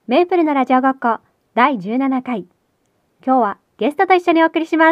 メープルのラジオごっこ第17回。今日はゲストと一緒にお送りします。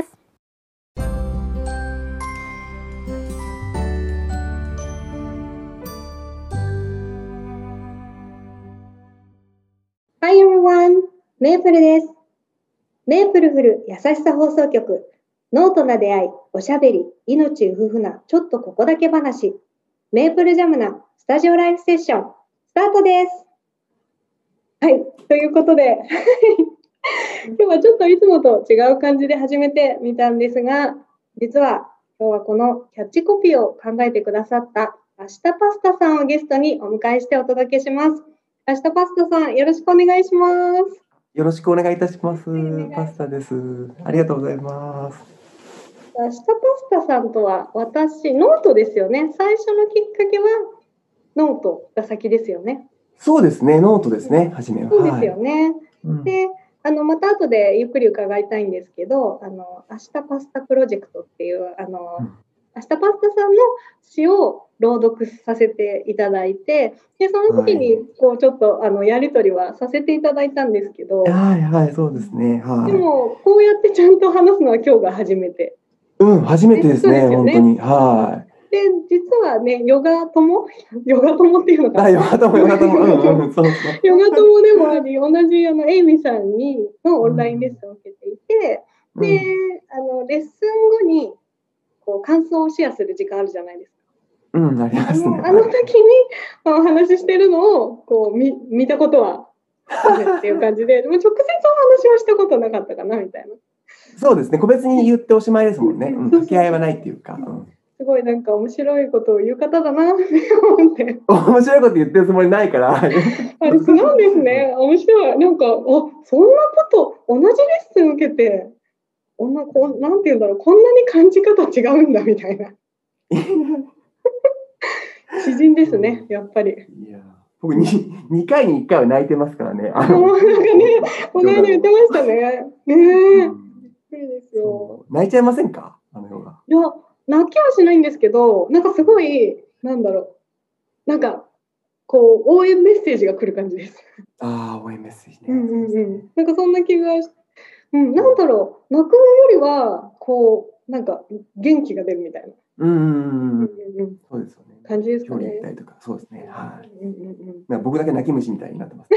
Hi everyone! メープルです。メープルフル優しさ放送局、ノートな出会い、おしゃべり、命うふふなちょっとここだけ話、メープルジャムなスタジオライブセッション、スタートです。はい、ということで今日はちょっといつもと違う感じで始めてみたんですが、実は今日はこのキャッチコピーを考えてくださった明日パスタさんをゲストにお迎えしてお届けします。明日パスタさん、よろしくお願いします。 よろしくお願いいたします。パスタです。ありがとうございます。 明日パスタさんとは私、ノートですよね。最初のきっかけはノートが先ですよね。 そうですね、ノートですね、初めは。 そうですよね。 はい、 で、また後でゆっくり伺いたいんですけど、明日パスタプロジェクトっていう、明日パスタさんの詩を朗読させていただいて、でその時にこうちょっとやり取りはさせていただいたんですけど、 はいはい、そうですね。はい。 でもこうやってちゃんと話すのは今日が初めて。 初めてですね、本当に。はい。 で、実はね、ヨガ友っていうのかな。 ヨガ友。ヨガ友でもあり、同じエイミさんのオンラインレッスンを受けていて、で、レッスン後にこう感想をシェアする時間あるじゃないですか。 ありますね。 あの時にお話ししてるのをこう見たことはあるっていう感じで、でも直接お話はしたことなかったかなみたいな。 そうですね、個別に言っておしまいですもんね。掛け合いはないっていうか。 すごいなんか面白いことを言う方だなって思って。 面白いこと言ってるつもりないから。 あれそうなんですね。面白い。なんか、そんなこと同じレッスン受けて、なんていうんだろう、こんなに感じ方違うんだみたいな。詩人ですね、やっぱり。 いや、僕2回に1回は泣いてますからね。 なんかね、この間言ってましたね。びっくりですよ。 泣いちゃいませんか、ヨガ。 いや、泣きはしないんですけど、なんかすごい、なんだろう、なんかこう応援メッセージが来る感じです。 応援メッセージね。 なんかそんな気がなんだろう、泣くよりはこうなんか元気が出るみたいな。 そうですよね。 感じですかね。 距離行ったりとか、そうですね。はい。僕だけ泣き虫みたいになってます。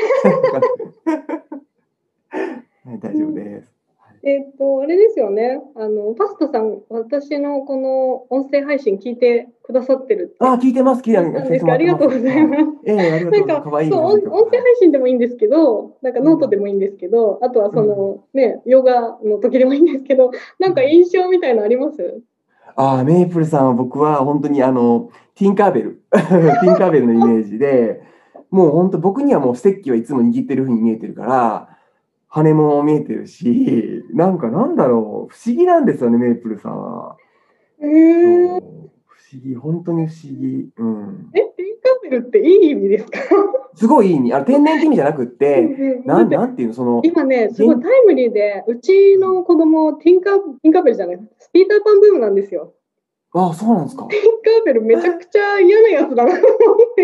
大丈夫です。 あれですよね。パスタさん、私のこの音声配信聞いてくださってるって。 聞いてます。 ありがとうございます。 ありがとうございます。可愛い。 音声配信でもいいんですけど、なんかノートでもいいんですけど、あとはヨガの時でもいいんですけど、なんか印象みたいなのあります？ メイプルさんは僕は本当にティンカーベルのイメージで、もう本当僕にはもうステッキはいつも握ってる風に見えてるから、羽も見えてるし、なんだろう、不思議なんですよね、メイプルさんは。不思議、本当に不思議。 ティンカーベルっていい意味ですか？ すごいいい意味。天然って意味じゃなくって、なんていうの、 今ね、すごいタイムリーで、うちの子供、ティンカーベルじゃない、ピーターパンブームなんですよ。 そうなんですか。 ティンカーベルめちゃくちゃ嫌なやつだなと思って。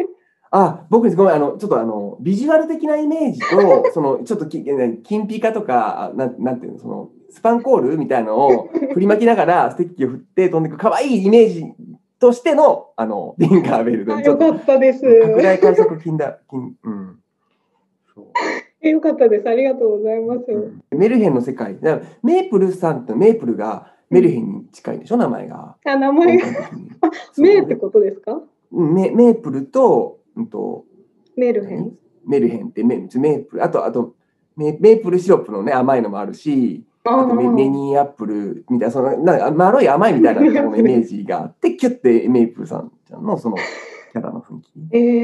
僕ごめん、ちょっとビジュアル的なイメージと、ちょっと金ピカとか、なんていうの、スパンコールみたいなのを振り巻きながら、ステッキを振って飛んでいく、可愛いイメージとしての、ティンカーベルで。 よかったです。 拡大解釈金だ。 よかったです。ありがとうございます。 メルヘンの世界。メープルさんってメープルがメルヘンに近いでしょ、名前が。 名前が。メーってことですか？ メープルと、 メルヘンってメープル、あとメープルシロップのね、甘いのもあるし、あとメニーアップルみたいな、まろい甘いみたいなイメージがあって、キュッてメープルさんちゃんのキャラの雰囲気。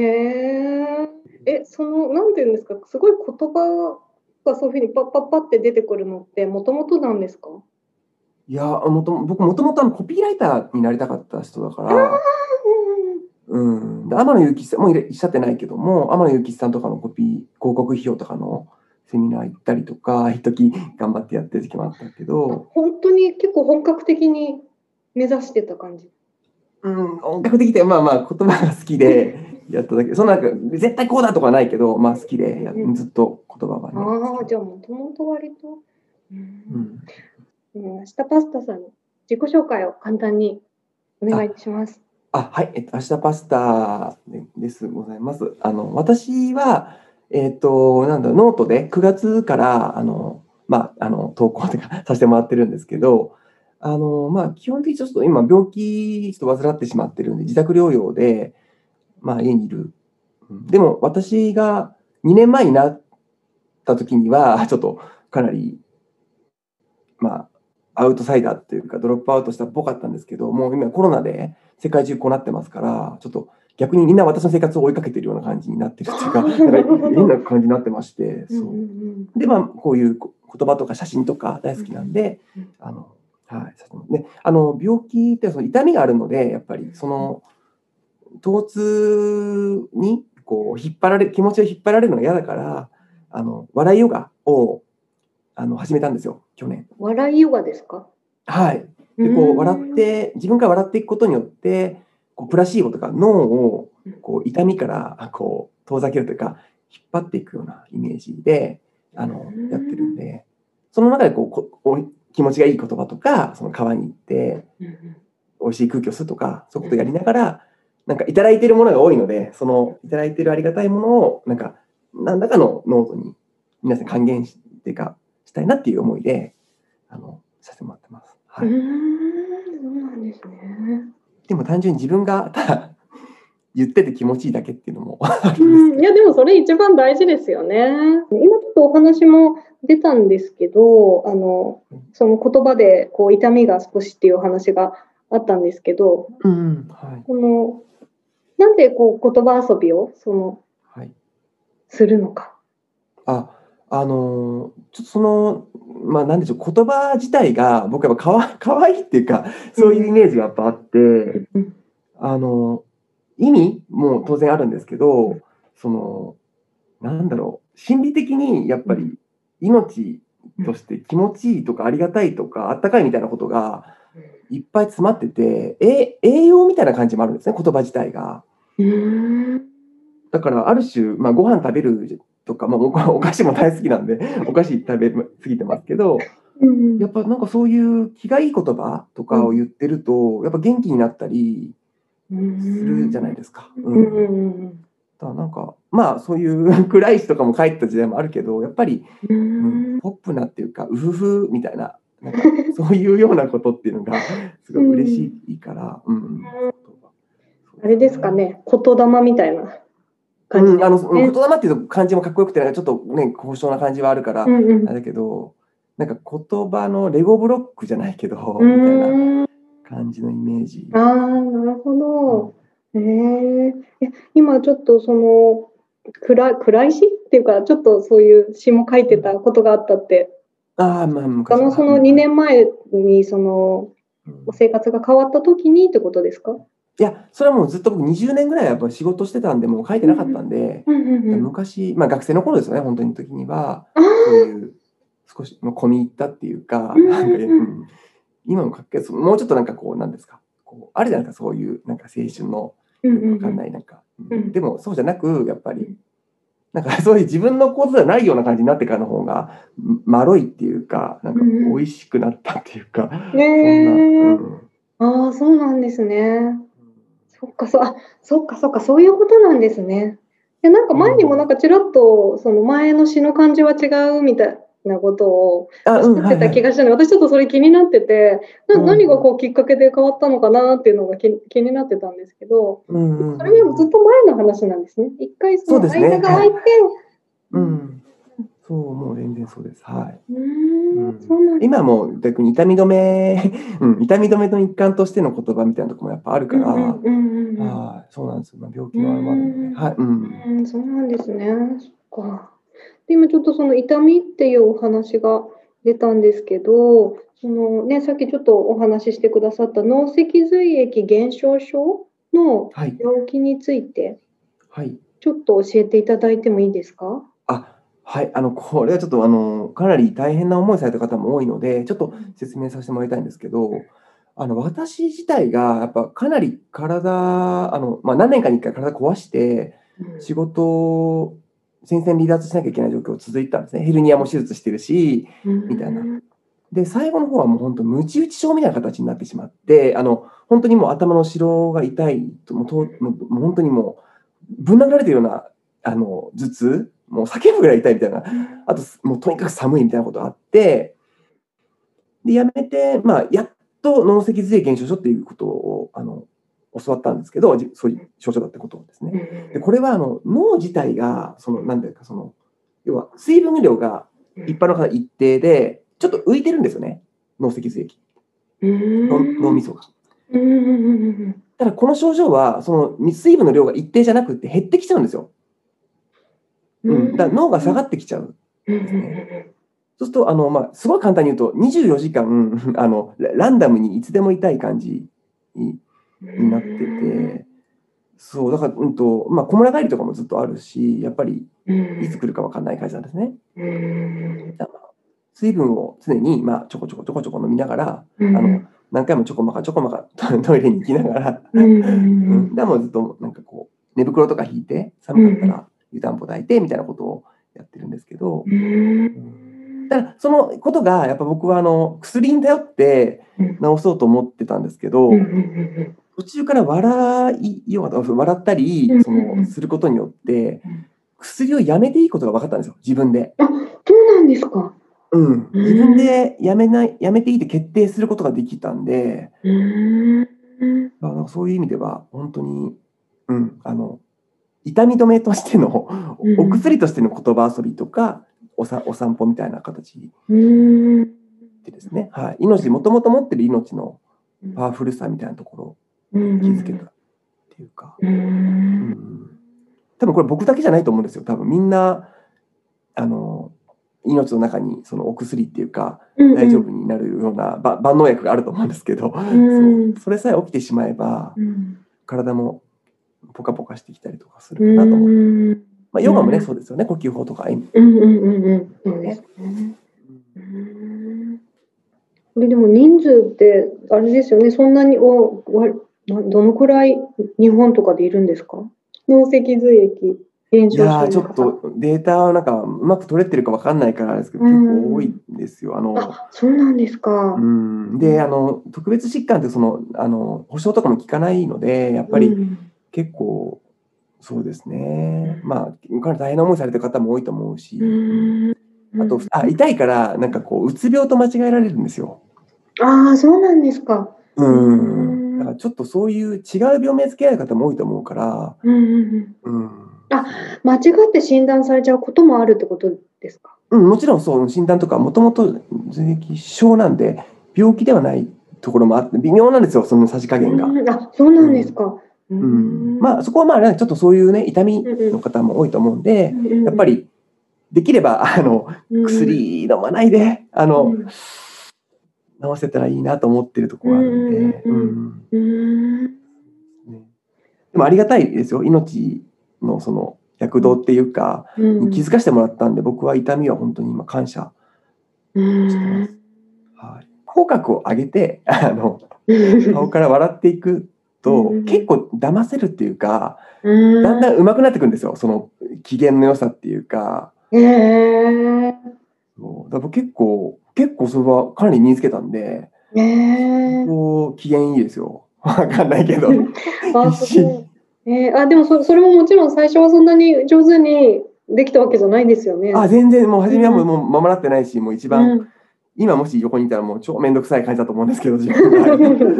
なんていうんですか、すごい言葉がそういうふうにパッパッパって出てくるのってもともとなんですか？ いや、僕もともとコピーライターになりたかった人だから、天野幸さんもおっしゃってないけども、天野幸さんとかの広告費用とかのセミナー行ったりとか、一時頑張ってやってる時期もあったけど、 本当に結構本格的に目指してた感じ。 本格的で言葉が好きでやっただけ。そのなんか絶対こうだとかないけど、まあ好きでずっと言葉はね。 ああ、じゃあもともと割と。 うん明日パスタさんの自己紹介を簡単にお願いします。 はい、明日パスタですございます。私は、なんだ、ノートで9月から、投稿とかさせてもらってるんですけど、基本的にちょっと今、病気ちょっと患ってしまってるんで、自宅療養で、家にいる。でも、私が2年前になった時には、ちょっとかなり、アウトサイダーというか、ドロップアウトしたっぽかったんですけど、もう今コロナで世界中こうなってますから、ちょっと逆にみんな私の生活を追いかけてるような感じになってるっていうか、なんか変な感じになってまして、そう。で、こういう言葉とか写真とか大好きなんで、ね、病気ってその痛みがあるので、やっぱりその、疼痛にこう気持ちを引っ張られるのが嫌だから、笑いヨガを始めたんですよ、去年。 笑いヨガですか？ はい。で、こう笑って、自分が笑っていくことによって、こうプラシーボとか脳をこう痛みからこう遠ざけるというか、引っ張っていくようなイメージで、やってるんで、その中で気持ちがいい言葉とか、その川に行って、美味しい空気を吸うとか、そういうことをやりながら、なんかいただいているものが多いので、そのいただいているありがたいものを、何らかのノートに皆さん還元っていうか、したいなっていう思いで、させてもらってます。はい。 そうなんですね。 でも単純に自分がただ言ってて気持ちいいだけっていうのもあるんですけど。 いや、でもそれ一番大事ですよね。今ちょっとお話も出たんですけど、その言葉でこう痛みが少しっていうお話があったんですけど、なんでこう言葉遊びをするのか。 ちょっとその、なんでしょう、言葉自体が僕はかわいいっていうか、そういうイメージがやっぱあって、意味も当然あるんですけど、心理的にやっぱり命として気持ちいいとかありがたいとかあったかいみたいなことがいっぱい詰まってて、栄養みたいな感じもあるんですね、言葉自体が。だからある種、ご飯食べるとか、僕はお菓子も大好きなんで、お菓子食べ過ぎてますけど、やっぱなんかそういう気がいい言葉とかを言ってると、やっぱ元気になったりするじゃないですか。だからなんか、そういう暗い詩とかも書いてた時代もあるけど、やっぱり、ポップなっていうか、うふふみたいな、なんかそういうようなことっていうのがすごい嬉しいから、 あれですかね、言霊みたいな感じですね。 言霊っていうと漢字もかっこよくて、ちょっとね、高尚な感じはあるから、あれだけど、なんか言葉のレゴブロックじゃないけど、みたいな感じのイメージ。 なるほど。今ちょっとその暗い詩っていうか、ちょっとそういう詩も書いてたことがあったって。 昔はその2年前にその生活が変わった時にってことですか？ いや、それはもうずっと僕20年ぐらいやっぱ仕事してたんで、もう書いてなかったんで、昔、学生の頃ですよね、本当に時には、そういう少し込み入ったっていうか、今も書けそう、もうちょっとなんかこう、なんですか、あるじゃないですか、そういうなんか青春のよくわかんないなんか、でもそうじゃなく、やっぱり、なんかそういう自分のことじゃないような感じになってからの方が、まろいっていうか、なんか美味しくなったっていうか、 そうなんですね。そっかそっか、そういうことなんですね。なんか前にもなんかちらっとその前の詩の感じは違うみたいなことをおっしゃってた気がしたので、私ちょっとそれ気になってて、何がこうきっかけで変わったのかなっていうのが気になってたんですけど、それはずっと前の話なんですね。一回その間が空いて、 もう全然そうです。はい。今も逆に痛み止めの一環としての言葉みたいなところもやっぱあるから、そうなんですよ。病気のあれもあるので。はい。 そうなんですね。そっか。で、今ちょっとその痛みっていうお話が出たんですけど、そのね、さっきちょっとお話ししてくださった脳脊髄液減少症の病気について、ちょっと教えていただいてもいいですか？ はい、これはちょっとかなり大変な思いされた方も多いので、ちょっと説明させてもらいたいんですけど、 私自体がやっぱかなり何年かに1回体壊して、仕事を戦線離脱しなきゃいけない状況続いたんですね。ヘルニアも手術してるし、みたいな。で、最後の方はもう本当ムチ打ち症みたいな形になってしまって、本当にもう頭の後ろが痛いと、もう本当にもう、ぶん殴られてるような、頭痛、もう叫ぶぐらい痛いみたいな、あと、もうとにかく寒いみたいなことがあって、で、やめて、やっと脳脊髄液減少症っていうことを、教わったんですけど、そういう症状だってことをですね。で、これは脳自体が、なんていうか、要は水分量が一般の方一定で、ちょっと浮いてるんですよね。脳脊髄液。脳みそが。ただこの症状は、水分の量が一定じゃなくて減ってきちゃうんですよ。だから脳が下がってきちゃう。ですね。そうすると、すごい簡単に言うと、24時間、ランダムにいつでも痛い感じになってて、そう、だから、こむら返りとかもずっとあるし、やっぱり、いつ来るか分かんない感じなんですね。水分を常に、ちょこちょこ飲みながら、何回もちょこまかトイレに行きながら、でもずっとなんかこう、寝袋とか引いて、寒かったら湯たんぽ抱いてみたいなことをやってるんですけど、だからそのことがやっぱ僕は薬に頼って治そうと思ってたんですけど、途中から笑ったりすることによって、薬をやめていいことが分かったんですよ、自分で。 あ、そうなんですか。 自分でやめていいって決定することができたんで、そういう意味では本当に、痛み止めとしてのお薬としての言葉遊びとかお散歩みたいな形でですね、もともと持ってる命のパワフルさみたいなところを気づけたっていうか、多分これ僕だけじゃないと思うんですよ。多分みんな命の中にそのお薬っていうか、大丈夫になるような万能薬があると思うんですけど、それさえ起きてしまえば、体もポカポカしてきたりとかするかなと思う。ヨガもね、そうですよね、呼吸法とか。 そうですね。これでも人数ってあれですよね、そんなにどのくらい日本とかでいるんですか？脳脊髄液減少症の方。 ちょっとデータはなんかうまく取れてるか分かんないからですけど、結構多いんですよ。 そうなんですか。 で、特別疾患って保証とかも効かないので、やっぱり結構そうですね。かなり大変な思いされてる方も多いと思うし、あと痛いからなんかこううつ病と間違えられるんですよ。 そうなんですか。 だからちょっとそういう違う病名付け合う方も多いと思うから、 間違って診断されちゃうこともあるってことですか？ もちろんそう、診断とかもともと髄液症なんで病気ではないところもあって微妙なんですよ、そのさじ加減が。 そうなんですか。 そこはちょっとそういうね痛みの方も多いと思うんで、やっぱりできれば薬飲まないで治せたらいいなと思ってるところがあるんで、でもありがたいですよ。命のその躍動っていうかに気づかせてもらったんで、僕は痛みは本当に今感謝してます。口角を上げて顔から笑っていくと結構騙せるっていうか、だんだん上手くなってくるんですよ、その機嫌の良さっていうか。だから結構それはかなり身につけたんで、機嫌いいですよ。わかんないけど。 でもそれももちろん最初はそんなに上手にできたわけじゃないんですよね。 全然もう初めはもうまもらってないし、もう一番、今もし横にいたらもう超めんどくさい感じだと思うんですけど、自分が。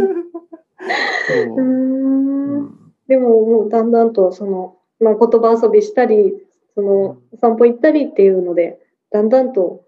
でももうだんだんと言葉遊びしたり散歩行ったりっていうのでだんだんと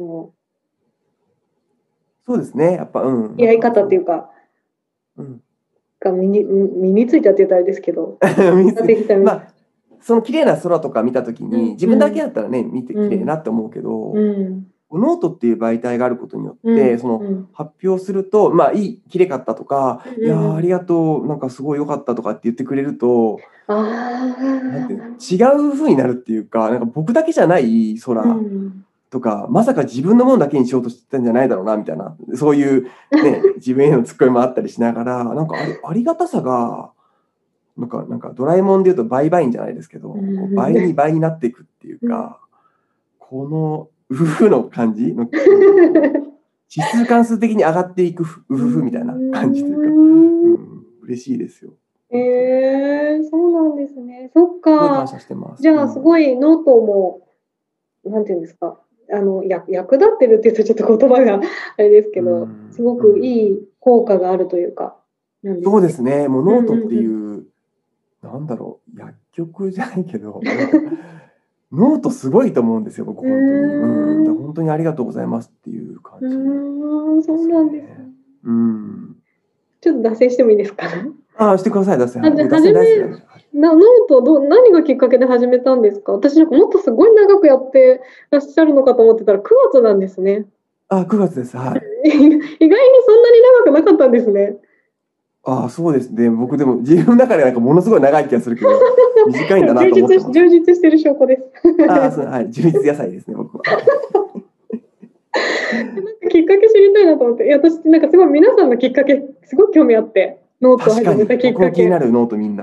そうですね、やっぱやり方っていうか、が身についたって言ったらあれですけどその綺麗な空とか見たときに自分だけだったらね見て綺麗なって思うけど、ノートっていう媒体があることによって発表すると綺麗かったとか、いやありがとう、なんかすごい良かったとかって言ってくれると、なんて違う風になるっていうか、なんか僕だけじゃない空とか、まさか自分のものだけにしようとしてたんじゃないだろうなみたいな、そういうね、自分へのツッコミもあったりしながら、なんかありがたさが、なんかドラえもんで言うと倍々じゃないですけど、こう倍に倍になっていくっていうか、このウフフの感じの指数関数的に上がっていくウフフみたいな感じというか、嬉しいですよ。 そうなんですね。そっすごい感か。 謝してます。 じゃあすごいノートも、なんていうんですか、役立ってるって言うとちょっと言葉があれですけど、すごくいい効果があるというか、 そうですね。もうノートっていう、なんだろう、薬局じゃないけど、なんかノートすごいと思うんですよ、僕本当に。だから本当にありがとうございますっていう感じ。 そうなんですね。ちょっと脱線してもいいですか？ してください、脱線。ノート何がきっかけで始めたんですか？私なんかもっとすごい長くやってらっしゃるのかと思ってたら9月なんですね。 9月です。はい。 意外にそんなに長くなかったんですね。 そうですね。僕でも自分の中でなんかものすごい長い気がするけど、短いんだなと思ってます。 充実してる証拠です。 はい、充実野菜ですね、僕は。 なんかきっかけ知りたいなと思って、私ってなんかすごい皆さんのきっかけすごい興味あって、ノートを始めたきっかけ。 僕も気になるノートみんな。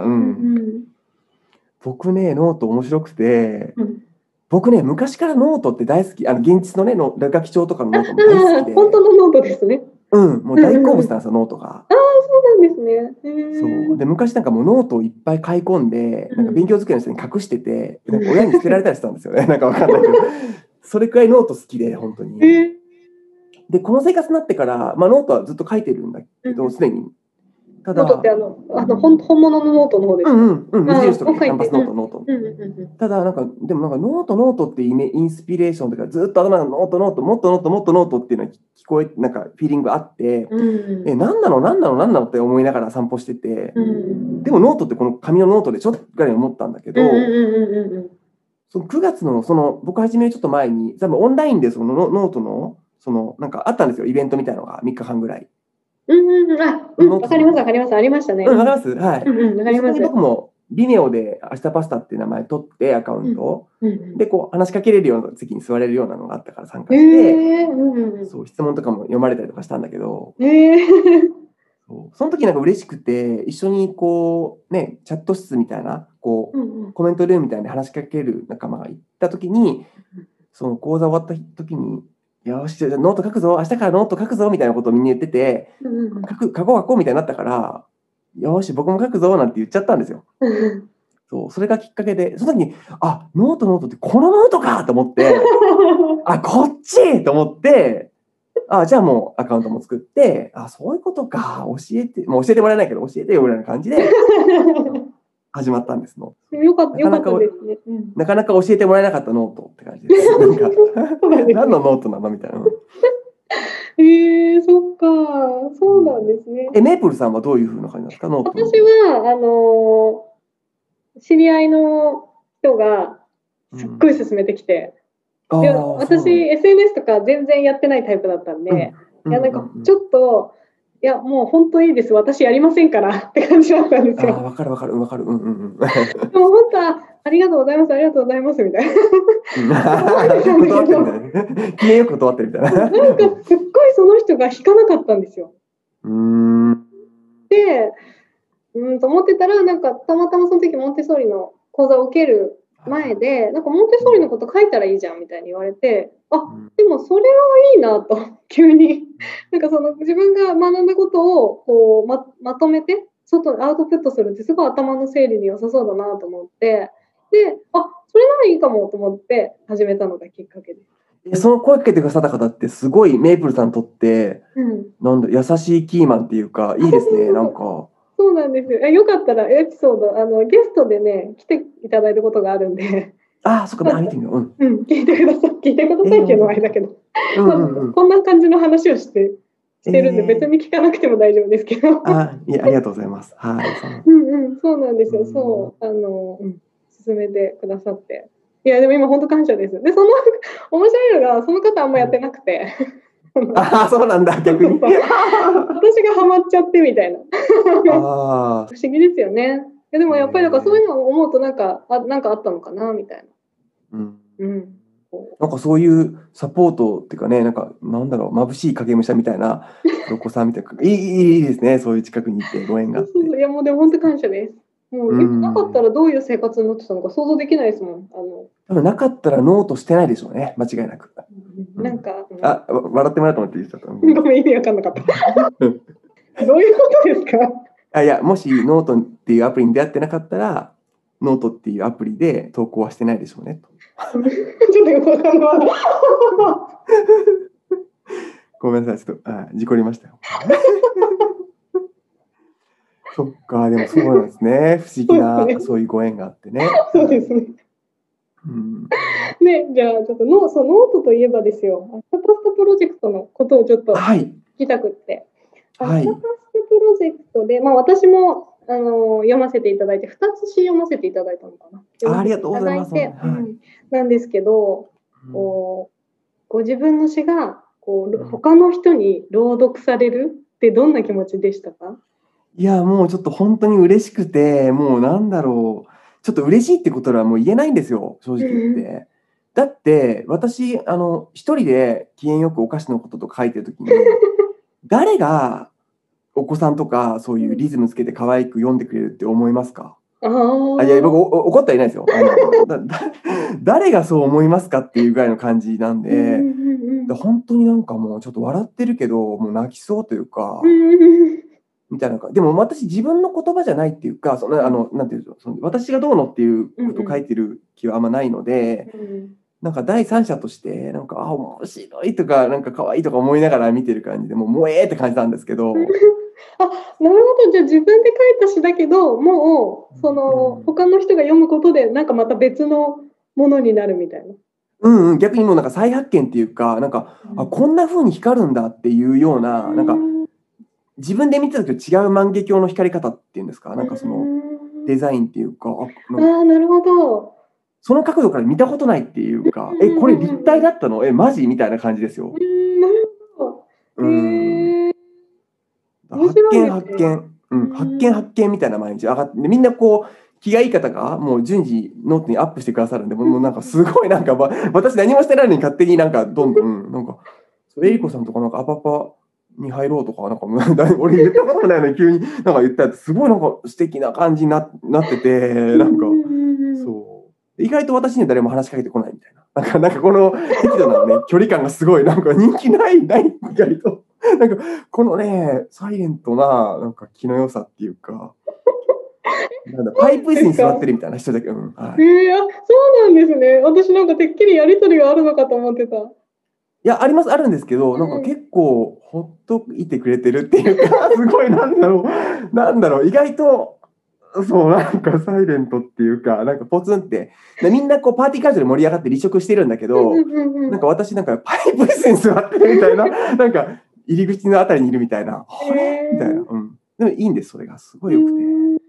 僕ね、ノート面白くて、僕ね、昔からノートって大好き。現実のね、落書き帳とかのノートも大好きで。 本当のノートですね。 もう大好物なんですよ、ノートが。 そうなんですね。 そうで、昔なんかもうノートをいっぱい買い込んで、なんか勉強机の下に隠してて、なんか親に捨てられたりしたんですよね。なんかわかんないけど。それくらいノート好きで、本当に。で、この生活になってから、ノートはずっと書いてるんだけど、すでに。ただ、 ノートって本物のノートの方ですか？ 無印とかキャンパスノート。ただ、でもなんかノートってインスピレーションとか、ずっと頭がノート、もっとノートっていうのが聞こえて、なんかフィーリングがあって、何なのって思いながら散歩してて、でもノートってこの紙のノートでちょっとぐらい思ったんだけど、その9月の僕始めるちょっと前に、多分オンラインでそのノートの、なんかあったんですよ、イベントみたいなのが3日間ぐらい。 わかります、ありましたね。 わかります。はい。 わかります。 僕もビメオで明日パスタっていう名前取ってアカウントでこう話しかけれるような席に座れるようなのがあったから参加して、そう質問とかも読まれたりとかしたんだけど、その時なんか嬉しくて、一緒にこうね、チャット室みたいなこうコメントルームみたいな話しかける仲間が行った時に、その講座終わった時に。よし、じゃあノート書くぞ、明日からノート書くぞみたいなことをみんな言ってて、書こうみたいになったから、よし、僕も書くぞなんて言っちゃったんですよ。それがきっかけで、その時に、ノートってこのノートかと思って、こっちと思って、じゃあもうアカウントも作って、そういうことか、教えてもらえないけど、教えてよぐらいな感じで始まったんですの。 よかったですね。 なかなか教えてもらえなかったノートって感じです。何のノートなのみたいな。 そっか、そうなんですね。 メープルさんはどういう風な感じなんですか、ノート。 私は知り合いの人がすっごい勧めてきて、私 SNS とか全然やってないタイプだったんで、なんかちょっともう本当いいです、私やりませんからって感じだったんですよ。 わかる。でも本当はありがとうございますみたいな。 機嫌よく断ってるみたいな。 なんかすっごいその人が引かなかったんですよ。で、と思ってたら、なんかたまたまその時モンテッソーリの講座を受ける前で、なんかモンテッソーリのこと書いたらいいじゃんみたいに言われて、でもそれはいいなと急になんかその自分が学んだことをこう まとめて外にアウトプットするってすごい頭の整理に良さそうだなと思って、で、それならいいかもと思って始めたのがきっかけです。 その声かけてくださった方ってすごいメープルさんにとって、優しいキーマンっていうかいいですね。なんかそうなんですよ。よかったらエピソードゲストでね来ていただいたことがあるんで。 そっか、見てみよう。 聞いてくださいっていうのはあれだけど、こんな感じの話をしてるんで、別に聞かなくても大丈夫ですけど。 ありがとうございます。はい。 そうなんですよ。勧めてくださって。いや、でも今本当感謝です。で、面白いのが、その方あんまやってなくて。 そうなんだ、逆に。 私がハマっちゃってみたいな。不思議ですよね。でもやっぱりそういうのを思うとなんかあったのかなみたいな。 なんかそういうサポートっていうかね、なんかなんだろう、眩しい影武者みたいなお子さんみたいな、いいですね、そういう近くにいてご縁があって。 いやもうでも本当感謝です。もう今なかったらどういう生活になってたのか想像できないですもん。 多分なかったらノートしてないでしょうね、間違いなく。 なんか、 笑ってもらうと思って言っちゃった。 ごめん、意味わかんなかった。どういうことですか？ いや、もしノートっていうアプリに出会ってなかったら、ノートっていうアプリで投稿はしてないでしょうね。 ちょっとよくわかんない。 ごめんなさい、ちょっと事故りましたよ。そっか、でもそうなんですね。不思議な、そういうご縁があってね。 そうですね。ね、じゃあちょっとノートといえばですよ、アスタパスタプロジェクトのことをちょっと聞きたくって。アスタパスタプロジェクトで、私も読ませていただいて、2つ詩読ませていただいたのかな。 ありがとうございます。 なんですけど、ご自分の詩が他の人に朗読されるってどんな気持ちでしたか？ いや、もうちょっと本当に嬉しくて、もうなんだろう、ちょっと嬉しいってことはもう言えないんですよ、正直言って。だって、私、一人で機嫌よくお菓子のこととか書いてるときに、誰がお子さんとかそういうリズムつけて可愛く読んでくれるって思いますか？いや、僕怒ってはいないですよ。誰がそう思いますかっていうぐらいの感じなんで、本当になんかもうちょっと笑ってるけど、もう泣きそうというか、みたいな。でも私自分の言葉じゃないっていうか、なんていうんですか、私がどうのっていうことを書いてる気はあんまないので、なんか第三者として、なんか、面白いとか、なんか可愛いとか思いながら見てる感じで、もう、萌えって感じなんですけど。 なるほど。じゃあ自分で書いた詩だけど、もう、他の人が読むことで、なんかまた別のものになるみたいな。 逆にもうなんか再発見っていうか、なんか、こんな風に光るんだっていうような、なんか、自分で見てた時と違う万華鏡の光り方っていうんですか、なんかその、デザインっていうか、 なるほど。 その角度から見たことないっていうか、これ立体だったの？マジみたいな感じですよ。 なるほど。 発見みたいな毎日上がって、みんなこう、気がいい方がもう順次ノートにアップしてくださるんで、もうなんかすごいなんか、私何もしてないのに勝手になんかどんどん、なんか、エリコさんとかなんかアパパに入ろうとか、なんか俺言ったことないのに急になんか言ったら、すごいなんか素敵な感じになってて、なんか、そう。意外と私には誰も話しかけてこないみたいな。なんかこの適度なね、距離感がすごい、なんか人気ない、意外と。なんか、このね、サイレントな、なんか気の良さっていうか、パイプ椅子に座ってるみたいな人だけど、そうなんですね。私なんかてっきりやりとりがあるのかと思ってた。いや、あるんですけど、なんか結構ほっといてくれてるっていうか、すごいなんだろう、意外と、そう、なんかサイレントっていうか、なんかポツンって、みんなこうパーティー会場で盛り上がって離職してるんだけど、なんか私なんかパイプ椅子に座ってるみたいな、なんか入り口のあたりにいるみたいな、みたいな。でもいいんです、それがすごい良くて。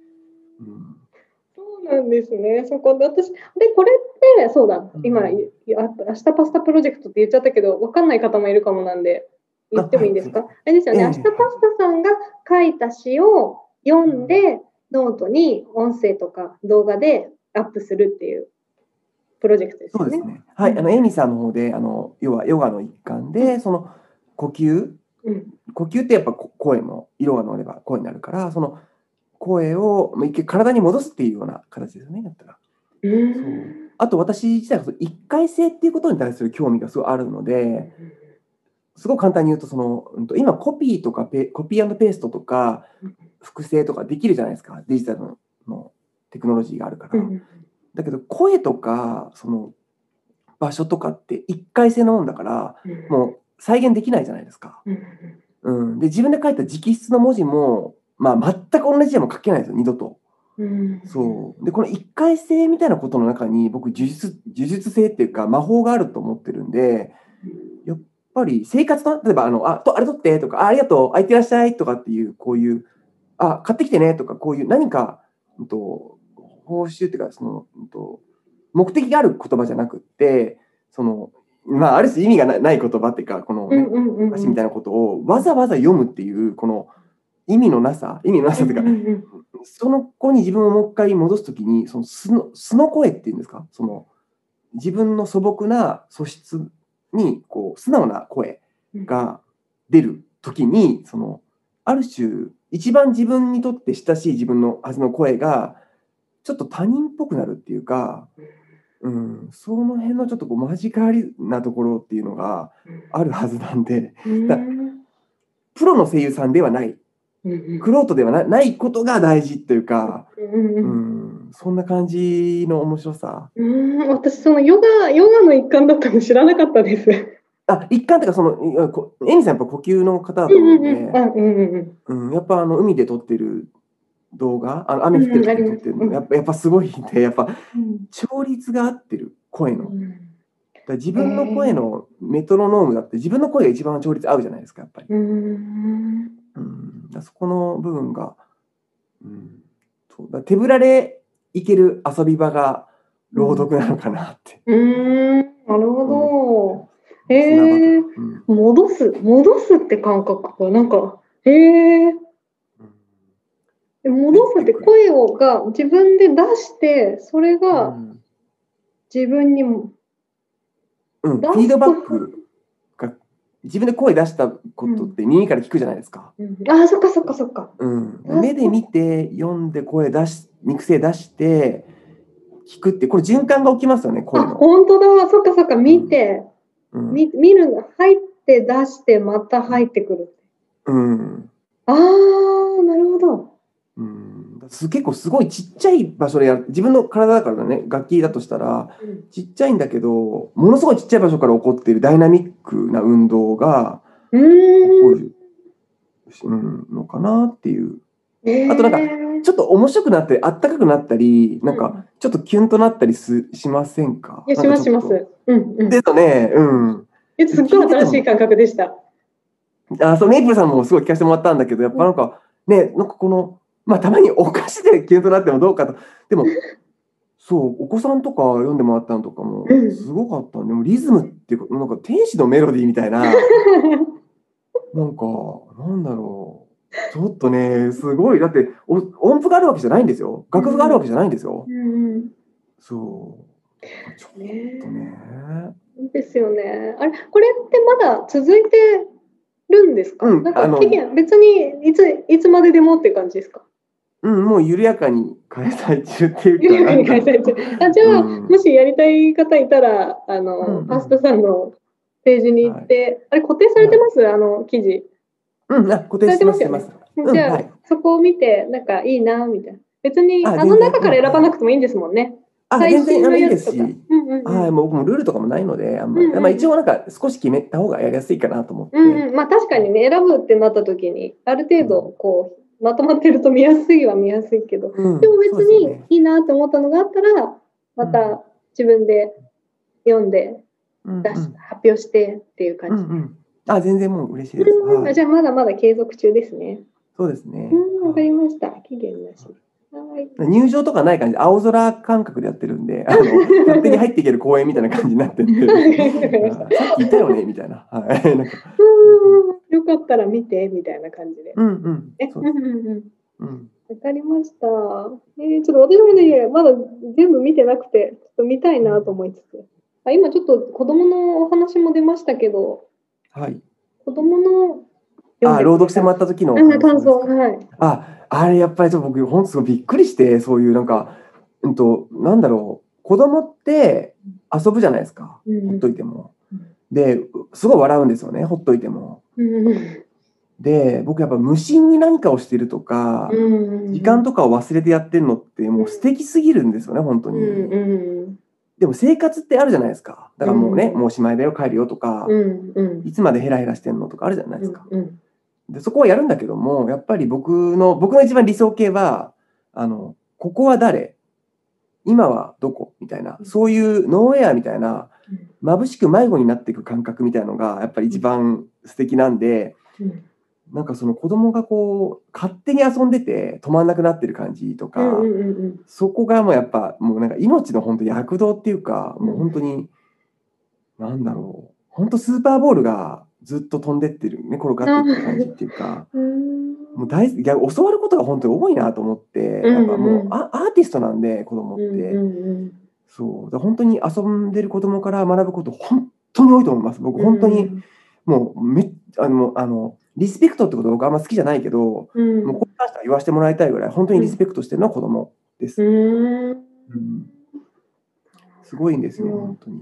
そうなんですね。そこで私、これって、そうだ、今、明日パスタプロジェクトって言っちゃったけど、分かんない方もいるかもなんで、言ってもいいですか？あれですよね、明日パスタさんが書いた詩を読んで、ノートに音声とか動画でアップするっていうプロジェクトですよね。 そうですね。はい、エイミさんの方で、要はヨガの一環で、その呼吸ってやっぱ声も色が乗れば声になるから、その声を一回体に戻すっていうような形ですよね、やったら。あと私自体が一回性っていうことに対する興味がすごいあるので、すごく簡単に言うと、今コピー&ペーストとか複製とかできるじゃないですか、デジタルのテクノロジーがあるから。だけど声とかその場所とかって一回性のもんだから、もう再現できないじゃないですか。で自分で書いた直筆の文字も、全く同じでも書けないですよ、二度と。そうでこの一回性みたいなことの中に僕呪術性っていうか魔法があると思ってるんで、やっぱり生活の例えばあれ取ってとかありがとう、いってらっしゃいとかっていうこういう買ってきてねとかこういう何か報酬っていうか目的がある言葉じゃなくってある種意味がない言葉っていうかこのね歌詞みたいなことをわざわざ読むっていうこの意味のなさっていうかその子に自分をもう一回戻すときにその素の声っていうんですか自分の素朴な素質にこう素直な声が出る時に、ある種一番自分にとって親しい自分のはずの声がちょっと他人っぽくなるっていうか、その辺のちょっとこうマジカルなところっていうのがあるはずなんで、だプロの声優さんではない、玄人ではないことが大事というか、そんな感じの面白さ。 私そのヨガの一環だったの知らなかったです。 一環っていうか、エミさんやっぱ呼吸の方だと思うんで、やっぱ海で撮ってる動画、雨降ってる時に撮ってるの、やっぱすごいんで、やっぱ調律が合ってる声の。だから自分の声のメトロノームだって自分の声が一番調律合うじゃないですか、やっぱり。そこの部分が、手ぶらで行ける遊び場が朗読なのかなって。 なるほど。戻すって感覚がなんか、戻すって声が自分で出して、それが自分にも、 フィードバックが自分で声出したことって耳から聞くじゃないですか。 そっかそっかそっか。 目で見て読んで肉声出して聞くって、これ循環が起きますよね、声の。 本当だ、そっかそっか、見て、見るの、入って出してまた入ってくる。なるほど。 結構すごいちっちゃい場所で自分の体だからね、楽器だとしたらちっちゃいんだけど、ものすごいちっちゃい場所から起こっているダイナミックな運動が起こるのかなっていう。あとなんかちょっと面白くなってあったかくなったり、なんかちょっとキュンとなったりしませんか？ します。ですよね。 すっごい新しい感覚でした。 メイプルさんもすごい聞かせてもらったんだけど、やっぱなんかね、なんかたまにお菓子でキュンとなってもどうかと。でも、お子さんとか読んでもらったのとかもすごかったんで、リズムっていうか、なんか天使のメロディーみたいな、なんか、なんだろう。ちょっとね、すごい。だって、音符があるわけじゃないんですよ。楽譜があるわけじゃないんですよ。ちょっとね。 ですよね。これってまだ続いてるんですか？なんか期限別にいつまででもっていう感じですか？ もう緩やかに開催中っていうか。 緩やかに開催中。じゃあ、もしやりたい方いたら、パストさんのページに行って、あれ固定されてます？記事。 固定してますよね。 じゃあ、そこを見て、なんかいいな、みたいな。別に、中から選ばなくてもいいんですもんね。 全然いいですし、僕もルールとかもないので、一応なんか少し決めた方がやりやすいかなと思って。 確かにね、選ぶってなった時に、ある程度、まとまってると見やすいけど、でも別にいいなって思ったのがあったら、また自分で読んで、発表してっていう感じ。全然もう嬉しいです。 じゃあまだまだ継続中ですね。 そうですね。 わかりました。期限なし。 入場とかない感じで青空感覚でやってるんで、勝手に入っていける公園みたいな感じになってるんで、さっきいたよねみたいな。 よかったら見てみたいな感じで。わかりました。ちょっと私もね、まだ全部見てなくて、ちょっと見たいなと思いつつ。今ちょっと子供のお話も出ましたけど、子供の朗読してもらった時の感想。 あれやっぱりちょっと僕本当すごいびっくりして、そういうなんかなんだろう、子供って遊ぶじゃないですか、ほっといても。ですごい笑うんですよね、ほっといても。で、僕やっぱ無心に何かをしてるとか、時間とかを忘れてやってるのってもう素敵すぎるんですよね、本当に。でも生活ってあるじゃないですか。だからもうね、もうおしまいだよ、帰るよとか、いつまでヘラヘラしてんのとかあるじゃないですか。でそこはやるんだけども、やっぱり僕の一番理想形は、ここは誰？今はどこ？みたいな、そういうノーエアみたいな、眩しく迷子になっていく感覚みたいなのが、やっぱり一番素敵なんで、なんかその子供が勝手に遊んでて止まんなくなってる感じとか、そこがもうやっぱもうなんか命の本当躍動っていうか、もう本当に、なんだろう、本当スーパーボールがずっと飛んでってるね、転がってってる感じっていうか、もう教わることが本当に多いなと思って、やっぱもうアーティストなんで子供って、 そう。だから本当に遊んでる子供から学ぶこと本当に多いと思います。僕本当にもうリスペクトってこと僕あんま好きじゃないけど、もうこれに関しては言わせてもらいたいぐらい本当にリスペクトしてるのは子供です。すごいんですよ、本当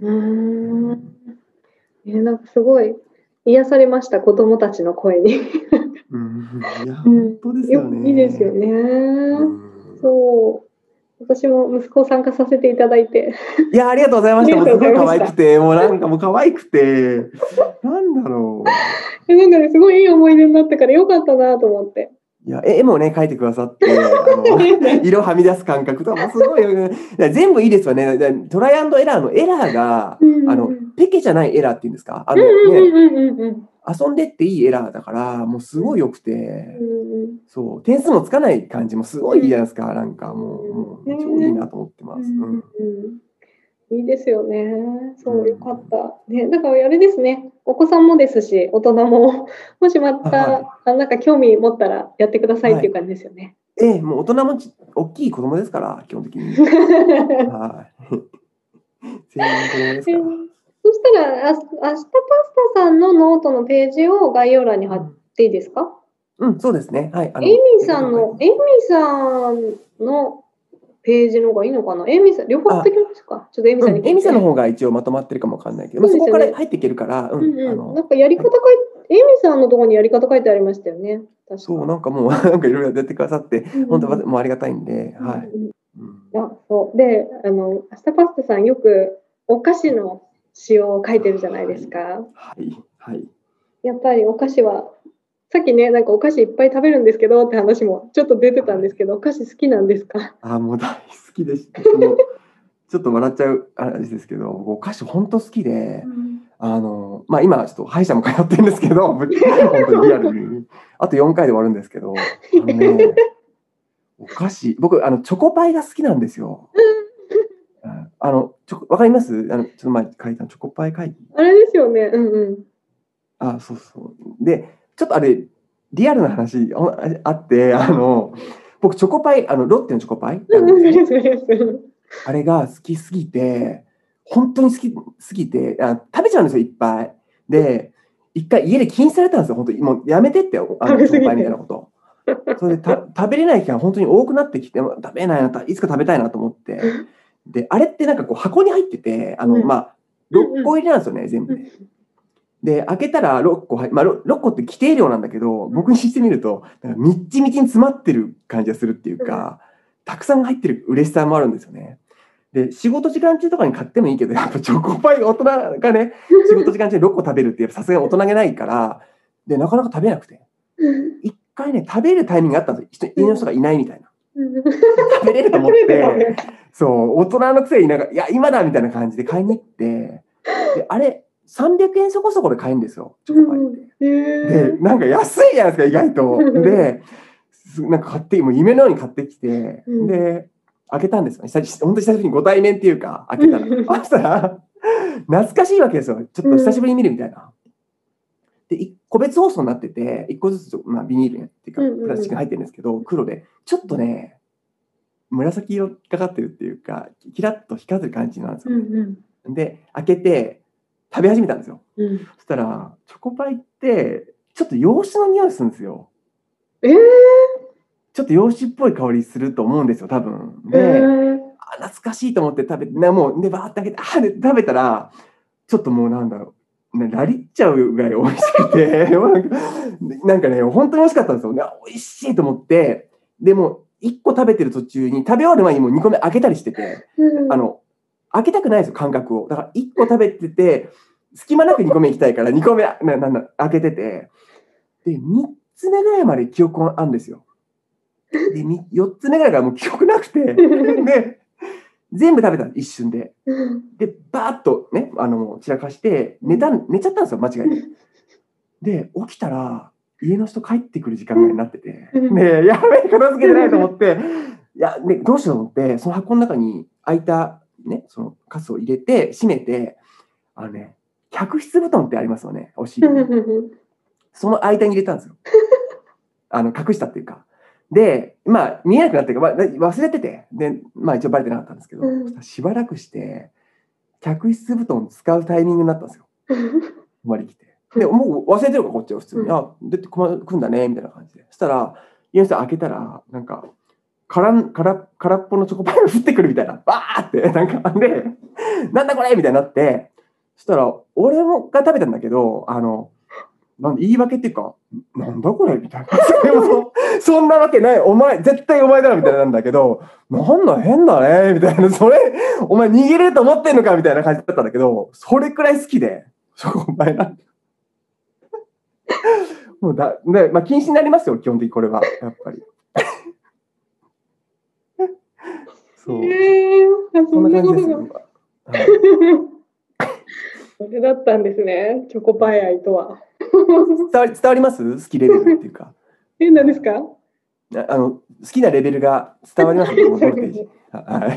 に。なんかすごい癒されました、子供たちの声に。 いや、本当ですよね。 いいですよね。そう。私も息子を参加させていただいて。 いや、ありがとうございました。もうすごい可愛くて、もうなんかもう可愛くて、なんだろう。 なんかね、すごいいい思い出になったからよかったなと思って。 いや、絵もね、描いてくださって、色はみ出す感覚とかもすごい、全部いいですよね。トライアンドエラーのエラーが、ペケじゃないエラーっていうんですか。遊んでっていいエラーだから、もうすごい良くて、そう、点数もつかない感じもすごいいいじゃないですか。なんかもう、超いいなと思ってます。 いいですよね。そう、よかった。ね、だからあれですね。お子さんもですし、大人も、もしまた、なんか興味持ったらやってくださいっていう感じですよね。 もう大人も大きい子供ですから、基本的に。はい。全員子供ですから。 そしたら、明日パスタさんのノートのページを概要欄に貼っていいですか？ そうですね。はい。 エイミーさんのページの方がいいのかな？エイミーさん、両方貼ってきますか？ちょっとエイミーさんに聞いて。 エイミーさんの方が一応まとまってるかもわかんないけど、そこから入っていけるから。 なんかやり方エイミーさんのところにやり方書いてありましたよね。 そう、なんかもう、なんかいろいろやってくださって、本当もうありがたいんで、はい。 そう。で、明日パスタさんよくお菓子の仕様を書いてるじゃないですか。 はい。はい。 やっぱりお菓子は、さっきね、なんかお菓子いっぱい食べるんですけどって話もちょっと出てたんですけど、お菓子好きなんですか？ もう大好きです。ちょっと笑っちゃう話ですけど、お菓子本当好きで、今ちょっと歯医者も通ってるんですけど、本当にリアルに。あと4回で終わるんですけど、お菓子、僕、チョコパイが好きなんですよ。わかります？ちょっと前に書いたチョコパイ会議。 あれですよね。 そうそう。で、ちょっとあれ、リアルな話あって、僕、チョコパイ、ロッテのチョコパイあれが好きすぎて、本当に好きすぎて、食べちゃうんですよ、いっぱい。で、一回家で禁止されたんですよ、本当に。もうやめてって、チョコパイみたいなこと。それで食べれない期間本当に多くなってきて、食べないな、いつか食べたいなと思って。で、あれってなんかこう箱に入ってて、6個入りなんですよね、全部で。で、開けたら6個、6個って規定量なんだけど、僕にしてみると、みっちみちに詰まってる感じがするっていうか、たくさん入ってる嬉しさもあるんですよね。で、仕事時間中とかに買ってもいいけど、やっぱチョコパイ大人がね、仕事時間中に6個食べるってさすがに大人げないから、で、なかなか食べなくて。一回ね、食べるタイミングがあったんですよ。家の人がいないみたいな。食べれると思って、そう、大人のくせになんか、いや、今だみたいな感じで買いに行って、で、あれ、300円そこそこで買えるんですよ、チョコパイって。で、なんか安いじゃないですか、意外と。で、なんか買って、もう夢のように買ってきて、で、開けたんですよね。本当に久しぶりにご対面っていうか、開けたら。そしたら、懐かしいわけですよ。ちょっと久しぶりに見るみたいな。で、個別包装になってて、1個ずつ、ビニールっていうか、プラスチックが入ってるんですけど、黒で、ちょっとね、紫色かかってるっていうか、キラッと光ってる感じなんですよね。で、開けて、食べ始めたんですよ。そしたら、チョコパイって、ちょっと洋酒の匂いするんですよ。ちょっと洋酒っぽい香りすると思うんですよ、多分。で、懐かしいと思って食べて、もう、で、バーって開けて、食べたら、ちょっともうなんだろう、ラリっちゃうぐらい美味しくて、なんかね、本当に美味しかったんですよ。美味しいと思って、でも、1個食べてる途中に、食べ終わる前にもう2個目開けたりしてて、開けたくないですよ、感覚を。だから1個食べてて、隙間なく2個目行きたいから、2個目開けてて、で、3つ目ぐらいまで記憶あるんですよ。で、4つ目ぐらいからもう記憶なくて、で、全部食べた一瞬で。で、バーッとね、散らかして、寝ちゃったんですよ、間違えて。で、起きたら、家の人帰ってくる時間ぐらいになってて、ね、やべえ、片付けてないと思って、どうしようと思って、その箱の中に開いた、ね、そのカスを入れて、閉めて、客室布団ってありますよね、お尻に。その間に入れたんですよ。隠したっていうか。 で、まあ、見えなくなってるから、忘れてて、で、まあ一応バレてなかったんですけど、しばらくして、客室布団使うタイミングになったんですよ。泊まり来て。で、もう忘れてるからこっちは普通に。あ、出てくんだね、みたいな感じで。そしたら、家の人開けたら、なんか、空っぽのチョコパイが降ってくるみたいな。バーって、なんか、で、なんだこれみたいになって、そしたら、俺が食べたんだけど、言い訳っていうか、なんだこれみたいな。そんなわけない。絶対お前だろみたいなんだけど、なんだ変だねみたいな。それ、お前逃げれると思ってんのかみたいな感じだったんだけど、それくらい好きで、お前なんだ。もうまあ、禁止になりますよ、基本的にこれは。やっぱり。そう。 そんな感じですよ。それだったんですね、チョコパイ愛とは。 伝わります好きレベルっていうか。 何ですか？ 好きなレベルが伝わりますね、ボルテージ。はい。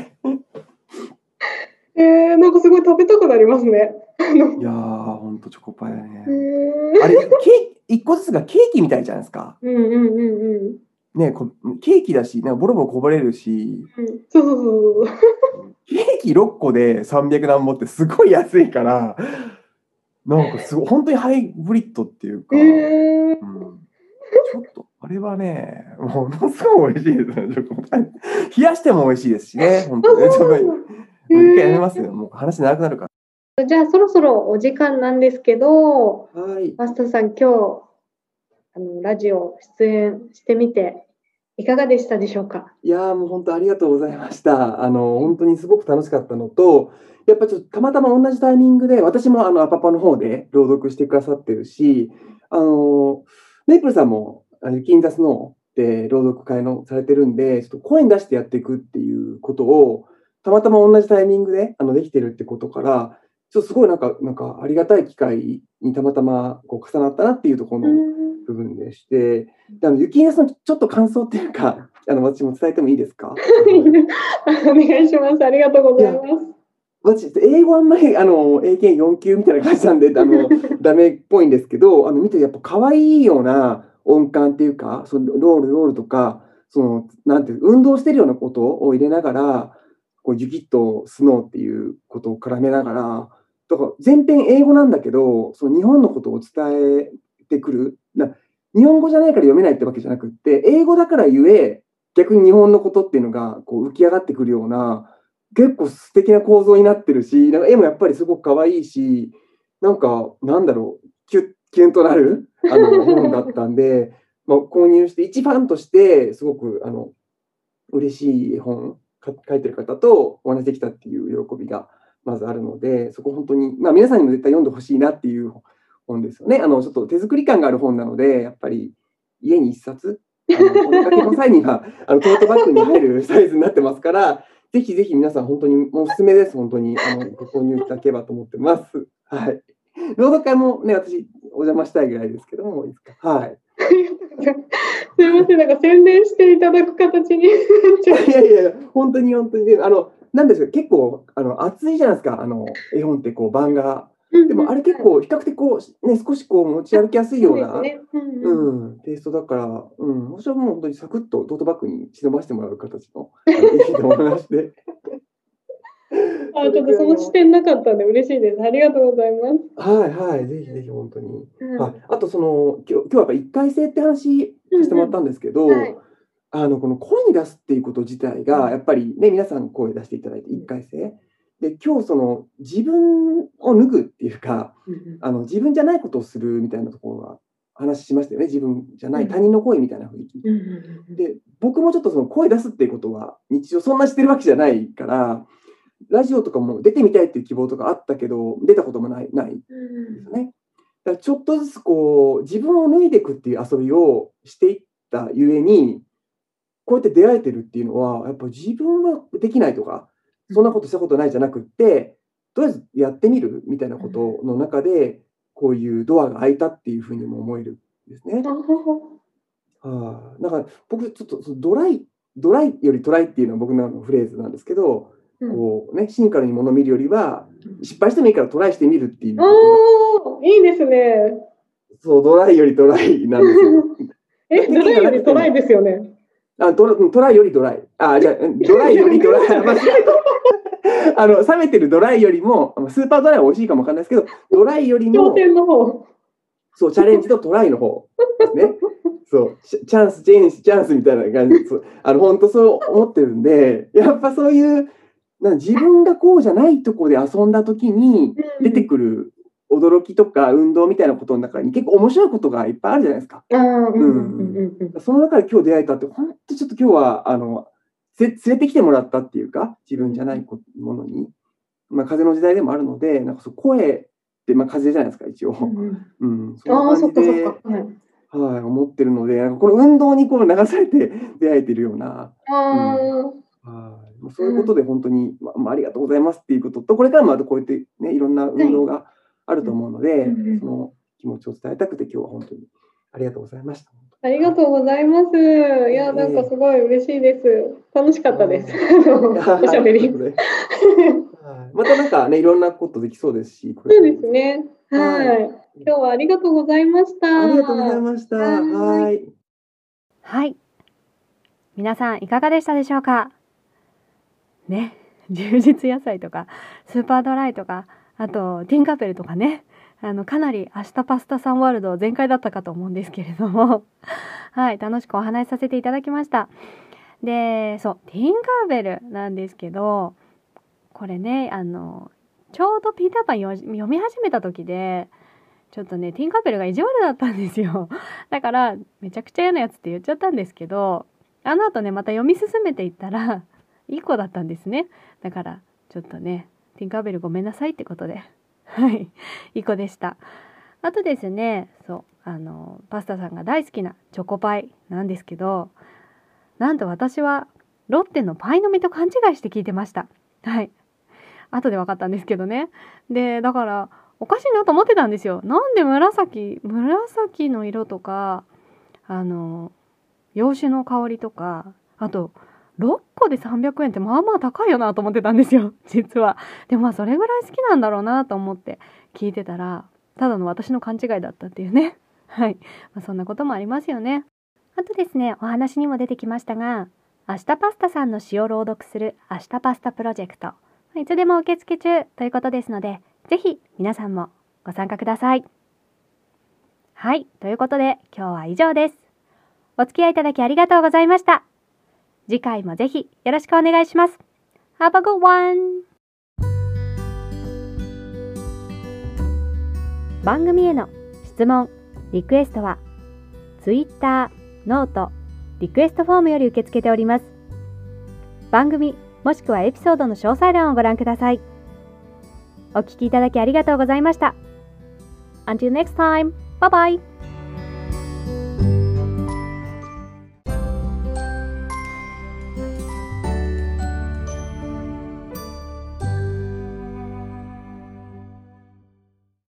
なんかすごい食べたくなりますね。 いやー、ほんとチョコパイね。あれ、一個ずつがケーキみたいじゃないですか。ね、ケーキだし、なんかボロボロこぼれるし、 そうケーキ6個で300何本ってすごい安いから、なんか本当にハイブリッドっていうか、ちょっと、あれはね、ものすごい美味しいですね、チョコパイ。冷やしても美味しいですしね、本当に。一回やめますよ、もう話長くなるから。 じゃあそろそろお時間なんですけど、 はい。 マスターさん、今日ラジオ出演してみていかがでしたでしょうか？ いやー、もう本当ありがとうございました。本当にすごく楽しかったのと、やっぱちょっとたまたま同じタイミングで、私もアパパの方で朗読してくださってるし、メイプルさんもユキインザスノーで朗読会のされてるんで、ちょっと声に出してやっていくっていうことを、たまたま同じタイミングでできてるってことから、ちょっとすごいなんかありがたい機会にたまたまこう重なったなっていうところの部分でして、ユキインザスのちょっと感想っていうか、私も伝えてもいいですか？ お願いします。ありがとうございます。 私、英語あんまり英検4級みたいな感じなんで、ダメっぽいんですけど、見てやっぱ可愛いような音感っていうか、そのロールとか、なんていう運動してるようなことを入れながら、こう雪とスノーっていうことを絡めながら、だから全編英語なんだけど、その日本のことを伝えてくる。日本語じゃないから読めないってわけじゃなくって、英語だからゆえ、逆に日本のことっていうのがこう浮き上がってくるような、結構素敵な構造になってるし、なんか絵もやっぱりすごく可愛いし、なんか、なんだろう、キュンとなる本だったんで、まあ、購入して、一ファンとして、すごく嬉しい絵本書いてる方とお話できたっていう喜びがまずあるので、そこ本当に、まあ、皆さんにも絶対読んでほしいなっていう本ですよね。ちょっと手作り感がある本なので、やっぱり家に一冊、お出かけの際にはトートバッグに入るサイズになってますから、ぜひぜひ皆さん本当におすすめです。本当にご購入いただければと思ってます。はい。朗読会もね、私お邪魔したいぐらいですけども、いいですか？はい。 すみません、なんか宣伝していただく形に。いや、本当にで、なんですか、結構熱いじゃないですか、絵本ってこう版が。でもあれ結構比較的こうね、少しこう持ち歩きやすいようなテイストだから、私はもう本当にサクッとトートバッグに忍ばしてもらう形のいいと思いまして。 ちょっとその視点なかったんで嬉しいです。ありがとうございます。 はい、ぜひぜひ本当に。はい。あと今日はやっぱ一回性って話させてもらったんですけど、この声に出すっていうこと自体がやっぱりね、皆さん声出していただいて一回性で、今日自分を脱ぐっていうか、自分じゃないことをするみたいなところは話しましたよね。自分じゃない他人の声みたいな雰囲気。で、僕もちょっと声出すっていうことは日常そんなしてるわけじゃないから、ラジオとかも出てみたいっていう希望とかあったけど、出たこともないですよね。だからちょっとずつこう自分を脱いでいくっていう遊びをしていったゆえに、こうやって出会えてるっていうのは、やっぱ自分はできないとか、そんなことしたことないじゃなくって、とりあえずやってみるみたいなことの中で、こういうドアが開いたっていうふうにも思えるんですね。だから僕ちょっとドライよりトライっていうのは僕のフレーズなんですけど、こうね、シニカルにものを見るよりは、失敗してもいいからトライしてみるっていう。 いいですね。 そう、ドライよりトライなんですよ。 ドライよりトライですよね。 トライよりドライ。じゃあ、ドライよりドライ。間違えた。冷めてるドライよりも、スーパードライは美味しいかもわかんないですけど、ドライよりも、 挑戦の方。 そう、チャレンジとトライの方ですね。そう、チャンス、チャンスみたいな感じ。本当そう思ってるんで、やっぱそういう、自分がこうじゃないとこで遊んだ時に出てくる驚きとか運動みたいなことの中に結構面白いことがいっぱいあるじゃないですか。その中で今日出会えたって、本当ちょっと今日は、連れてきてもらったっていうか、自分じゃないものに、風の時代でもあるので、なんかそう声って、風じゃないですか、一応。そんな感じで、はい、思ってるので、この運動にこう流されて出会えてるような。そういうことで本当に、ありがとうございますっていうことと、これからもまたこうやってね、いろんな運動があると思うので、その気持ちを伝えたくて今日は本当にありがとうございました。 ありがとうございます。いや、なんかすごい嬉しいです。楽しかったです。おしゃべり。 またなんかね、いろんなことできそうですし。 そうですね。はい。今日はありがとうございました。 ありがとうございました。はい。 はい。皆さんいかがでしたでしょうかね、充実野菜とかスーパードライとか、あとティンカーベルとかね、かなり明日パスタさんワールド全開だったかと思うんですけれどもはい、楽しくお話しさせていただきました。で、そうティンカーベルなんですけど、これね、ちょうどピーターパン読み始めた時で、ちょっとねティンカーベルが意地悪だったんですよ。だからめちゃくちゃ嫌なやつって言っちゃったんですけど、あの後ねまた読み進めていったらいい子だったんですね。だからちょっとねティンカーベルごめんなさいってことではいいい子でした。あとですね、そうパスタさんが大好きなチョコパイなんですけど、なんと私はロッテのパイの実と勘違いして聞いてました。はい、後で分かったんですけどね。でだからおかしいなと思ってたんですよ。なんで紫の色とか洋酒の香りとか、あと6個で300円ってまあまあ高いよなと思ってたんですよ、実は。でもそれぐらい好きなんだろうなと思って聞いてたら、ただの私の勘違いだったっていうね。はい、そんなこともありますよね。あとですね、お話にも出てきましたが、明日パスタさんの詩を朗読する明日パスタプロジェクト、いつでも受付中ということですので、ぜひ皆さんもご参加ください。はい、ということで今日は以上です。お付き合いいただきありがとうございました。次回もぜひよろしくお願いします。Have a good one! 番組への質問、リクエストは Twitter、ノート、リクエストフォームより受け付けております。番組もしくはエピソードの詳細欄をご覧ください。お聞きいただきありがとうございました。Until next time, bye bye!